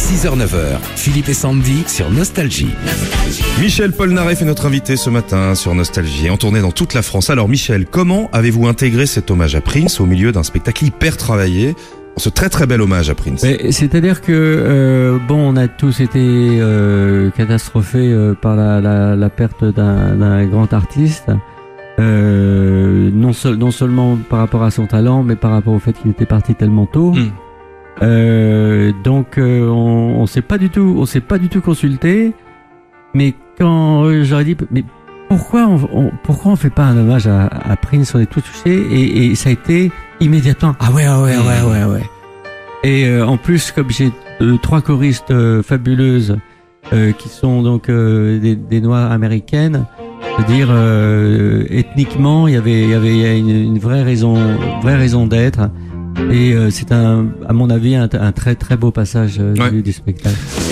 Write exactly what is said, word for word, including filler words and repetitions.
six heures neuf heures, Philippe et Sandy sur Nostalgie. Michel Polnareff est notre invité ce matin sur Nostalgie, en tournée dans toute la France. Alors Michel, comment avez-vous intégré cet hommage à Prince au milieu d'un spectacle hyper travaillé? Ce très très bel hommage à Prince. Mais c'est-à-dire que euh, bon, on a tous été euh, catastrophés euh, par la, la, la perte d'un, d'un grand artiste, euh, non, seul, non seulement par rapport à son talent, mais par rapport au fait qu'il était parti tellement tôt. Mmh. Euh, donc euh, on, on s'est pas du tout, on s'est pas du tout consulté. Mais quand euh, j'aurais dit, mais pourquoi on, on pourquoi on fait pas un hommage à, à Prince? On est tous touchés et, et ça a été immédiatement. Ah ouais, ah ouais, ah ouais, ah ouais, ah ouais. Et euh, en plus, comme j'ai euh, trois choristes euh, fabuleuses euh, qui sont donc euh, des, des Noires américaines, c'est-à-dire euh, ethniquement, il y avait, il y avait une, une vraie raison, vraie raison d'être. Et euh, c'est un, à mon avis, un, un très très beau passage euh, ouais. du, du spectacle.